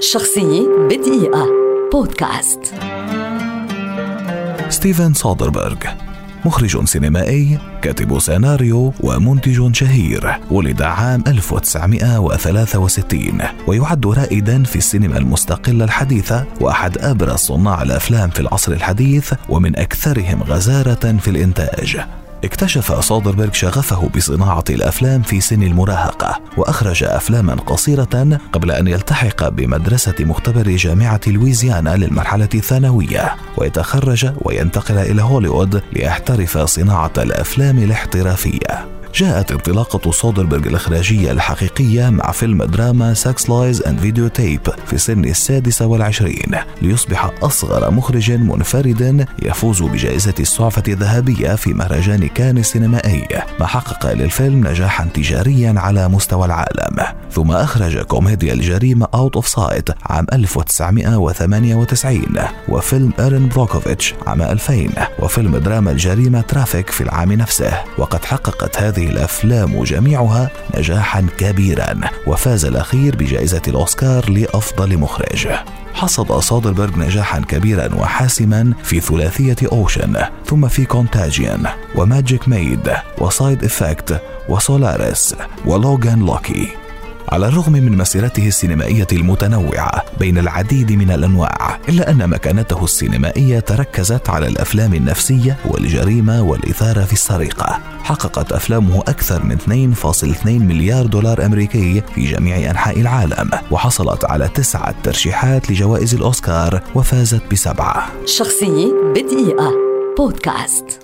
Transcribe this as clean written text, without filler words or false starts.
شخصية بدقيقة بودكاست. ستيفن سودربرغ مخرج سينمائي، كاتب سيناريو ومنتج شهير. ولد عام 1963 ويعد رائدا في السينما المستقلة الحديثة وأحد أبرز صناع الأفلام في العصر الحديث ومن أكثرهم غزارة في الإنتاج. اكتشف سودربرغ شغفه بصناعة الأفلام في سن المراهقة، وأخرج أفلاما قصيرة قبل أن يلتحق بمدرسة مختبر جامعة لويزيانا للمرحلة الثانوية، ويتخرج وينتقل إلى هوليوود ليحترف صناعة الأفلام الاحترافية. جاءت انطلاقة سودربرغ الإخراجية الحقيقية مع فيلم دراما سكس لايز اند فيديو تيب في سن 26 ليصبح أصغر مخرج منفرد يفوز بجائزة السعفة الذهبية في مهرجان كان السينمائي، ما حقق للفيلم نجاحا تجاريا على مستوى العالم. ثم أخرج كوميديا الجريمة Out of Sight عام 1998 وفيلم إيرين بروكوفيتش عام 2000 وفيلم دراما الجريمة ترافيك في العام نفسه. وقد حققت هذه الأفلام جميعها نجاحا كبيرا، وفاز الأخير بجائزة الأوسكار لأفضل مخرج. حصد سودربرغ نجاحا كبيرا وحاسما في ثلاثية أوشن، ثم في كونتاجيان وماجيك ميد وسايد إفكت وسولاريس ولوغان لوكي. على الرغم من مسيرته السينمائية المتنوعة بين العديد من الأنواع، إلا أن مكانته السينمائية تركزت على الأفلام النفسية والجريمة والإثارة في السرقة. حققت أفلامه أكثر من 2.2 مليار دولار أمريكي في جميع أنحاء العالم، وحصلت على 9 ترشيحات لجوائز الأوسكار وفازت ب7. شخصية بدقيقة بودكاست.